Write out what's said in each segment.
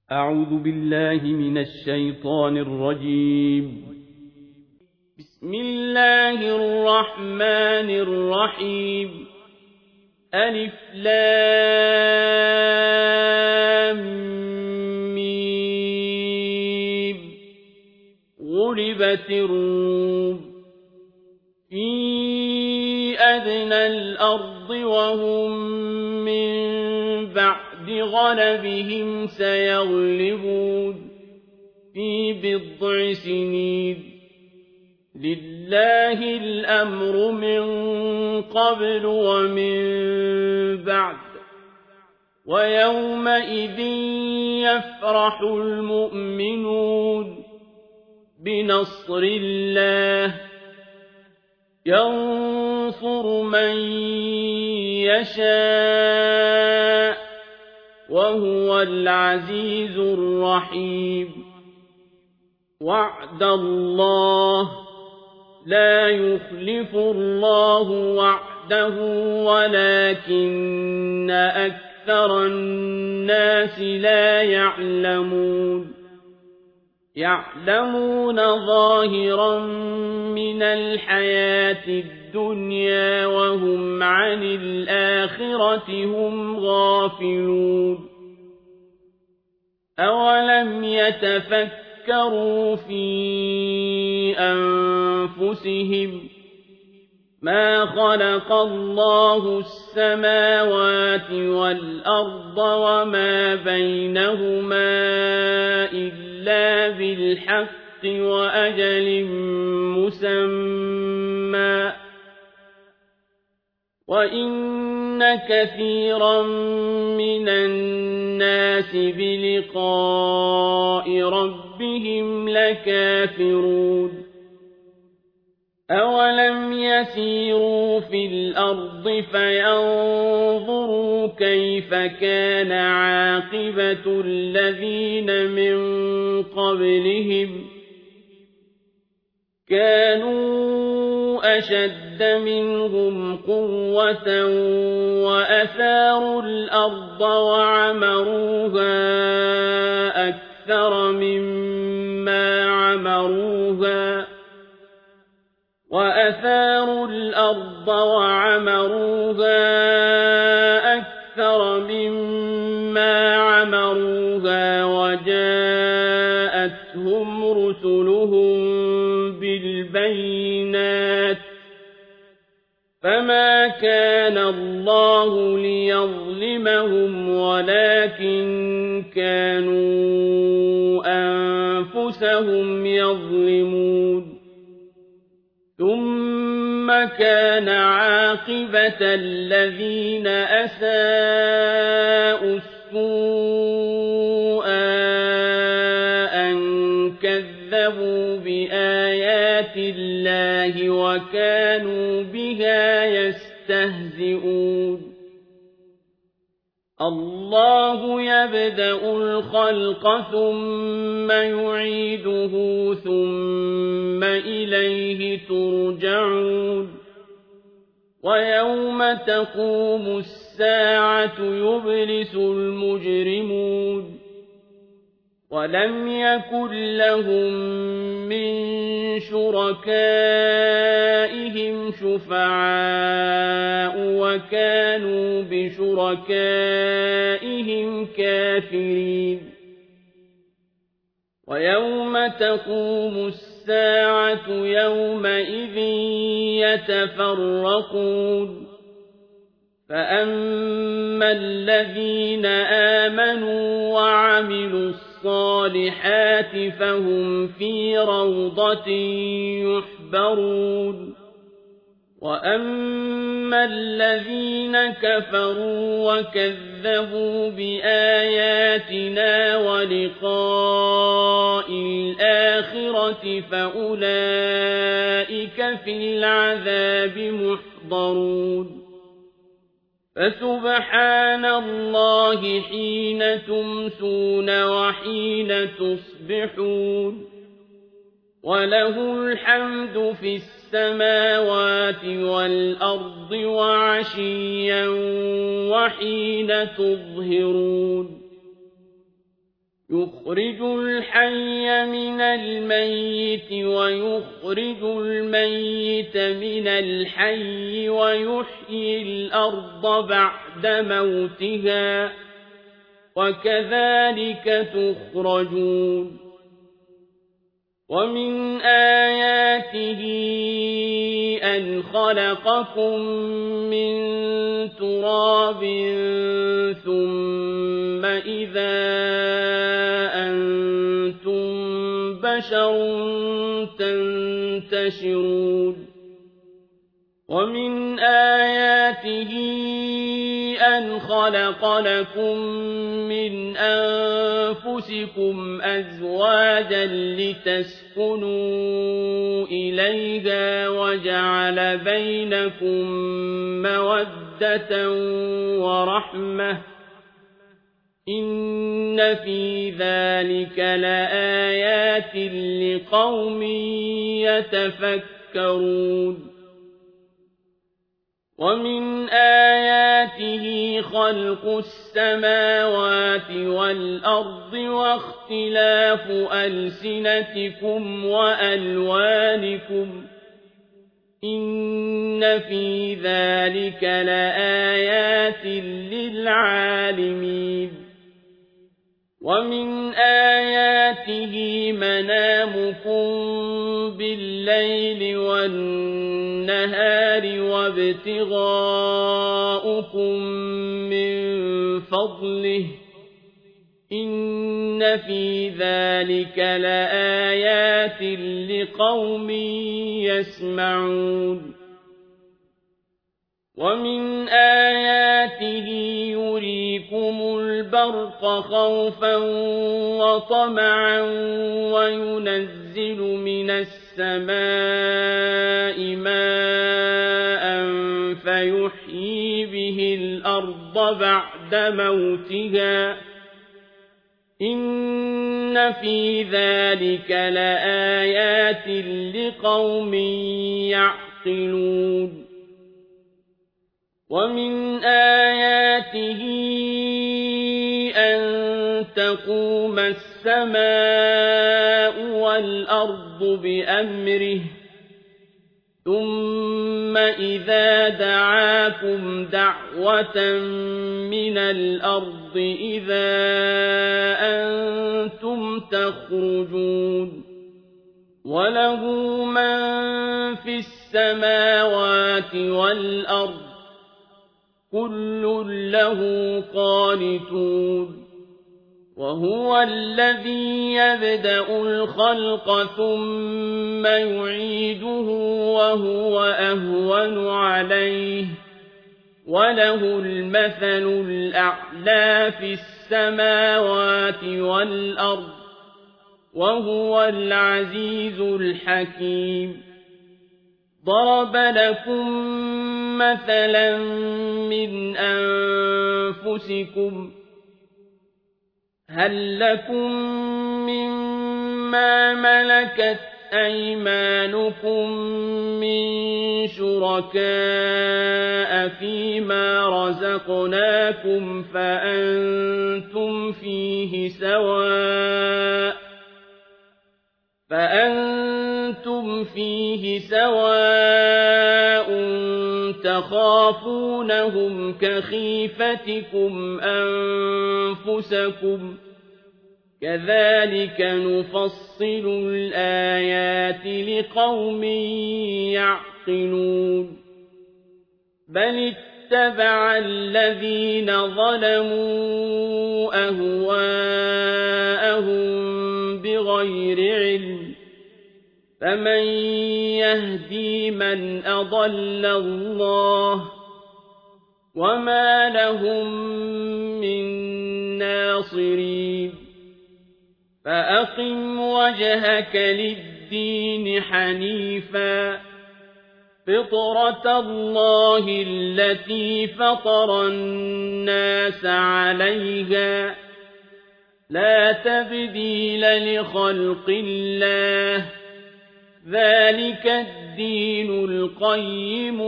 أعوذ بالله من الشيطان الرجيم. بسم الله الرحمن الرحيم. ألف لام ميم. غلبت الروم في أدنى الأرض وهم من بعد غلبهم سيغلبون في بضع سنين. لله الأمر من قبل ومن بعد ويومئذ يفرح المؤمنون بنصر الله ينصر من يشاء وهو العزيز الرحيم. وعد الله لا يخلف الله وعده ولكن أكثر الناس لا يعلمون. يعلمون ظاهرا من الحياة الدنيا وهم عن الآخرة هم غافلون. أولم يتفكروا في أنفسهم ما خلق الله السماوات والأرض وما بينهما إلا بالحق وأجل مسمى وإن كثيرا من الناس بلقاء ربهم لكافرون. أولم يسيروا في الأرض فينظروا كيف كان عاقبة الذين من قبلهم كانوا أشد منهم قوة وأثاروا الأرض وعمروها أكثر مما عمروها وجاءتهم رسلهم بالبينات فما كان الله ليظلمهم ولكن كانوا أنفسهم يظلمون. ثم كان عاقبة الذين أساءوا السوء أن كذبوا بآيات الله وكانوا بها يستهزئون. الله يبدأ الخلق ثم يعيده ثم إليه ترجعون. ويوم تقوم الساعة يبلس المجرمون ولم يكن لهم من شركائهم شفعاء وكانوا بشركائهم كافرين. ويوم تقوم الساعة يومئذ يتفرقون فأما الذين آمنوا وعملوا الصالحات فهم في روضة يحبرون. وأما الذين كفروا وكذبوا بآياتنا ولقاء الآخرة فأولئك في العذاب محضرون. فسبحان الله حين تمسون وحين تصبحون وله الحمد في السماوات والأرض وعشيا وحين تظهرون. يخرج الحي من الميت ويخرج الميت من الحي ويحيي الأرض بعد موتها وكذلك تخرجون ومن آياته أن خلقكم من تراب ثم إذا أنتم بشر تنتشرون ومن آياته أن خلق لكم من أنفسكم أزواجا لتسكنوا إليها وجعل بينكم مودة ورحمة إن في ذلك لآيات لقوم يتفكرون ومن آياته خلق السماوات والأرض واختلاف ألسنتكم وألوانكم إن في ذلك لآيات للعالمين ومن آياته منامكم بالليل والنهار وابتغاؤكم من فضله إن في ذلك لآيات لقوم يسمعون ومن آياته يريكم البرق خوفا وطمعا وينزل من السماء ماء فيحيي به الأرض بعد موتها إن في ذلك لآيات لقوم يعقلون ومن آياته أن تقوم السماء والأرض بأمره ثم إذا دعاكم دعوة من الأرض إذا أنتم تخرجون وله من في السماوات والأرض كل له قانتون وهو الذي يبدأ الخلق ثم يعيده وهو أهون عليه وله المثل الأعلى في السماوات والأرض وهو العزيز الحكيم ضرب لكم مثلا من أنفسكم هل لكم مما ملكت أيمانكم من شركاء فيما رزقناكم فأنتم فيه سواء تخافونهم كخيفتكم أنفسكم كذلك نفصل الآيات لقوم يعقلون بل اتبع الذين ظلموا أهواءهم بغير علم فمن يهدي من أضل الله وما لهم من ناصرين فأقم وجهك للدين حنيفا فطرة الله التي فطر الناس عليها لا تبديل لخلق الله ذلك الدين القيم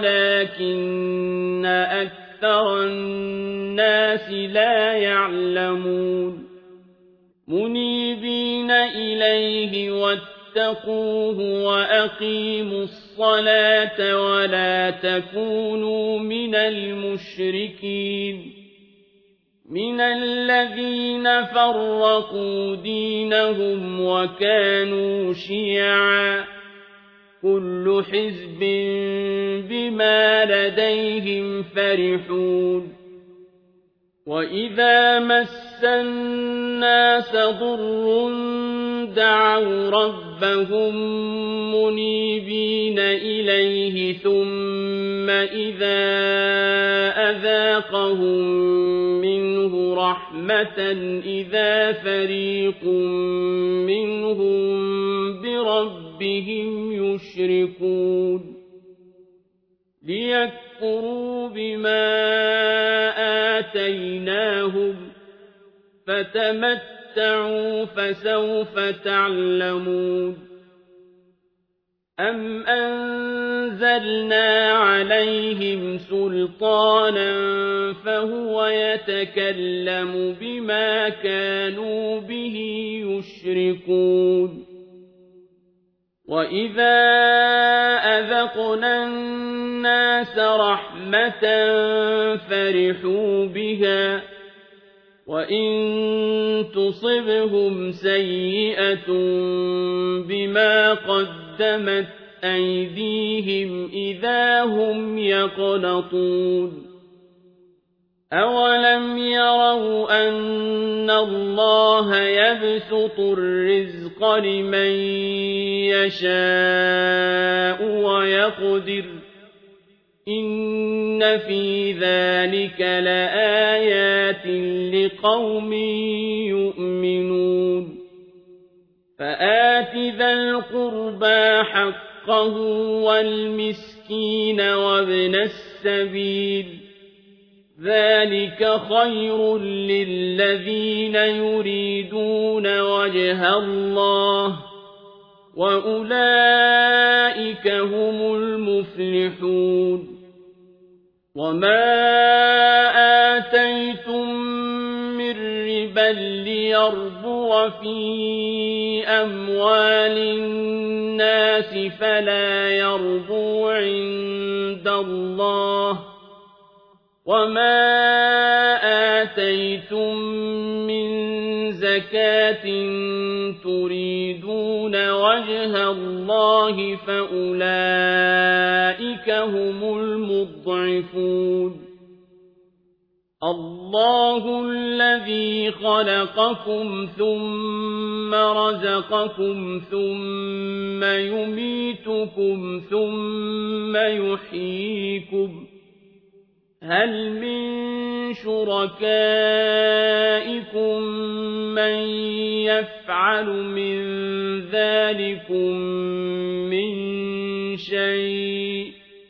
ولكن أكثر الناس لا يعلمون منيبين إليه واتقوه وأقيموا الصلاة ولا تكونوا من المشركين من الذين فرقوا دينهم وكانوا شيعا كل حزب بما لديهم فرحون وإذا مس الناس ضر دعوا ربهم منيبين إليه ثم إذا أذاقهم منه رحمة إذا فريق منهم بربهم يشركون ليكفروا بما آتيناهم فتمتعوا فسوف تعلمون أم أنزلنا عليهم سلطانا فهو يتكلم بما كانوا به يشركون وإذا أذقنا الناس رحمة فرحوا بها وإن تصبهم سيئة بما قدمت أيديهم إذا هم يقنطون أولم يروا أن الله يبسط الرزق لمن يشاء ويقدر إن في ذلك لآيات لقوم يؤمنون فآت ذا القربى حقه والمسكين وابن السبيل ذلك خير للذين يريدون وجه الله وأولئك هم المفلحون وما آتيتم من ربا ليربو في أموال الناس فلا يربو عند الله وما آتيتم من زكاة تريدون وجه الله فأولئك هم المضعفون الله الذي خلقكم ثم رزقكم ثم يميتكم ثم يحييكم هل من شركائكم من يفعل من ذلكم من شيء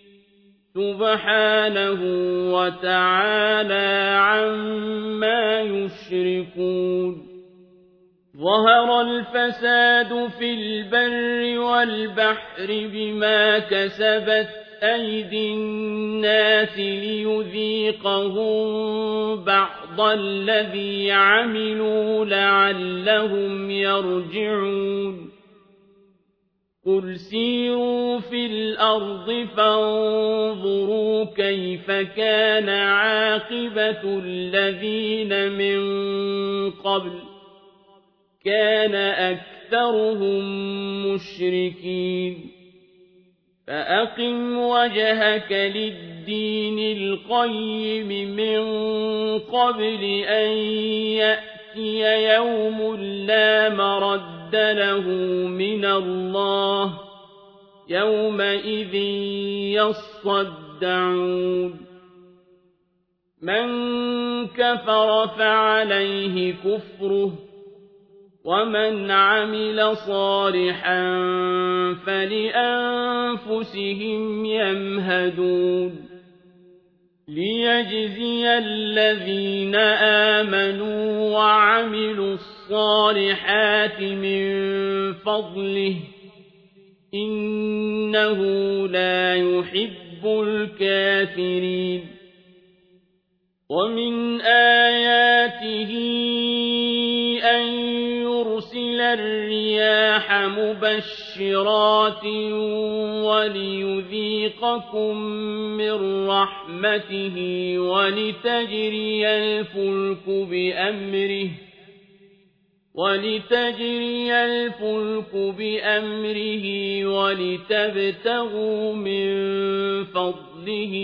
سبحانه وتعالى عما يشركون ظهر الفساد في البر والبحر بما كسبت أيدي الناس ليذيقهم بعض الذي عملوا لعلهم يرجعون قل سيروا في الأرض فانظروا كيف كان عاقبة الذين من قبل كان أكثرهم مشركين فأقم وجهك للدين القيم من قبل أن يأتي يوم لا مرد له من الله يومئذ يصدعون من كفر فعليه كفره ومن عمل صالحا فلأنفسهم يمهدون ليجزي الذين آمنوا وعملوا الصالحات من فضله إنه لا يحب الكافرين ومن آياته أن يرسل الرياح مبشرات وليذيقكم من رحمته ولتجري الفلك بأمره ولتبتغوا من فضله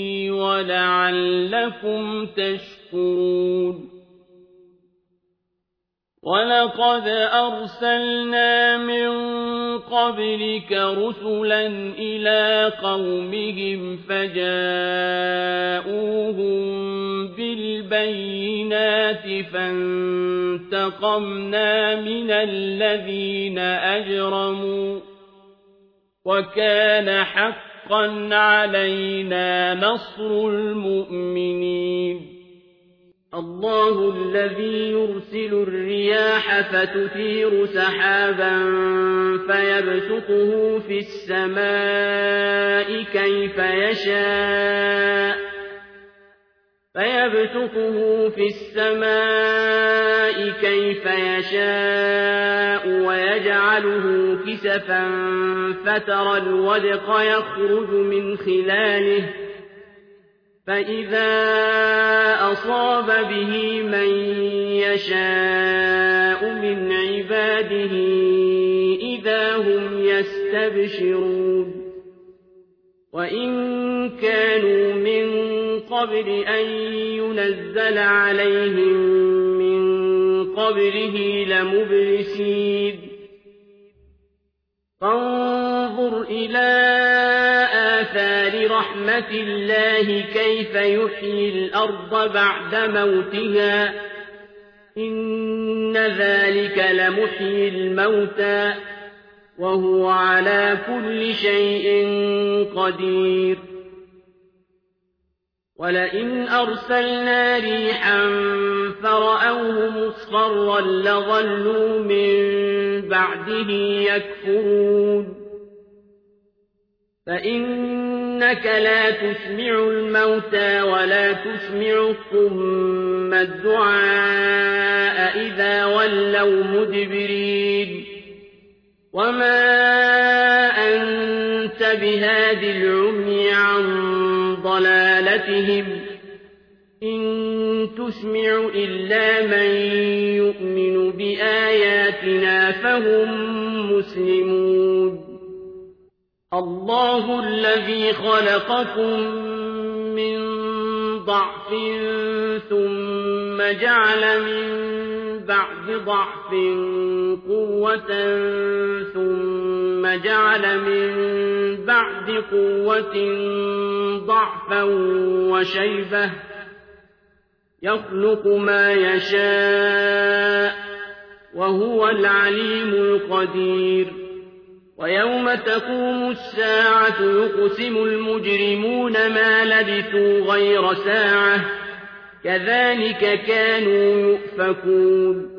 ولعلكم تشكرون ولقد أرسلنا من قبلك رسلا إلى قومهم فجاءوهم بالبينات فانتقمنا من الذين أجرموا وكان حقا علينا نصر المؤمنين الله الذي يرسل الرياح فتثير سحابا فيبسطه في السماء كيف يشاء ويجعله كسفا فترى الودق يخرج من خلاله فإذا أصاب به من يشاء من عباده إذا هم يستبشرون وإن كانوا من قبل أن ينزل عليهم من قبله لمبلسين فانظر إلى آثار رحمة الله كيف يحيي الأرض بعد موتها إن ذلك لمحيي الموتى وهو على كل شيء قدير ولئن أرسلنا ريحا فرأوه مصفرا لظلوا من بعده يكفرون فإنك لا تسمع الموتى ولا تسمع الصم الدعاء إذا ولوا مدبرين وما أنت بهاد العمي عن ضلالتهم إن تسمع إلا من يؤمن بآياتنا فهم مسلمون الله الذي خلقكم من ضعف ثم جعل من بعد ضعف قوة ثم جعل من بعد قوة ضعفا وشيبة يخلق ما يشاء وهو العليم القدير ويوم تقوم الساعة يقسم المجرمون ما لبثوا غير ساعة كذلك كانوا يؤفكون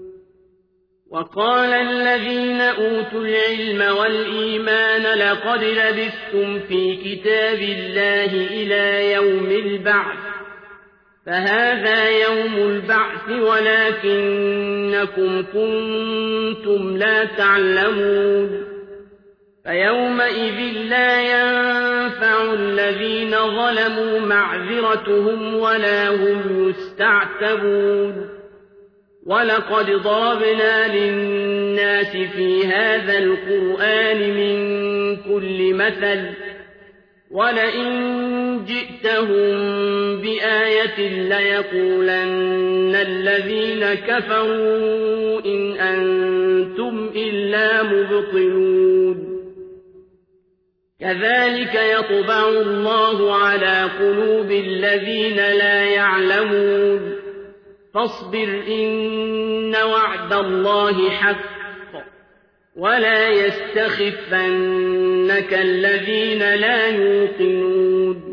وقال الذين أوتوا العلم والإيمان لقد لبثتم في كتاب الله إلى يوم البعث فهذا يوم البعث ولكنكم كنتم لا تعلمون فيومئذ لا ينفع الذين ظلموا معذرتهم ولا هم يستعتبون ولقد ضربنا للناس في هذا القرآن من كل مثل ولئن جئتهم بآية ليقولن الذين كفروا إن أنتم إلا مبطلون كذلك يطبع الله على قلوب الذين لا يعلمون فاصبر إن وعد الله حق ولا يستخفنك الذين لا يوقنون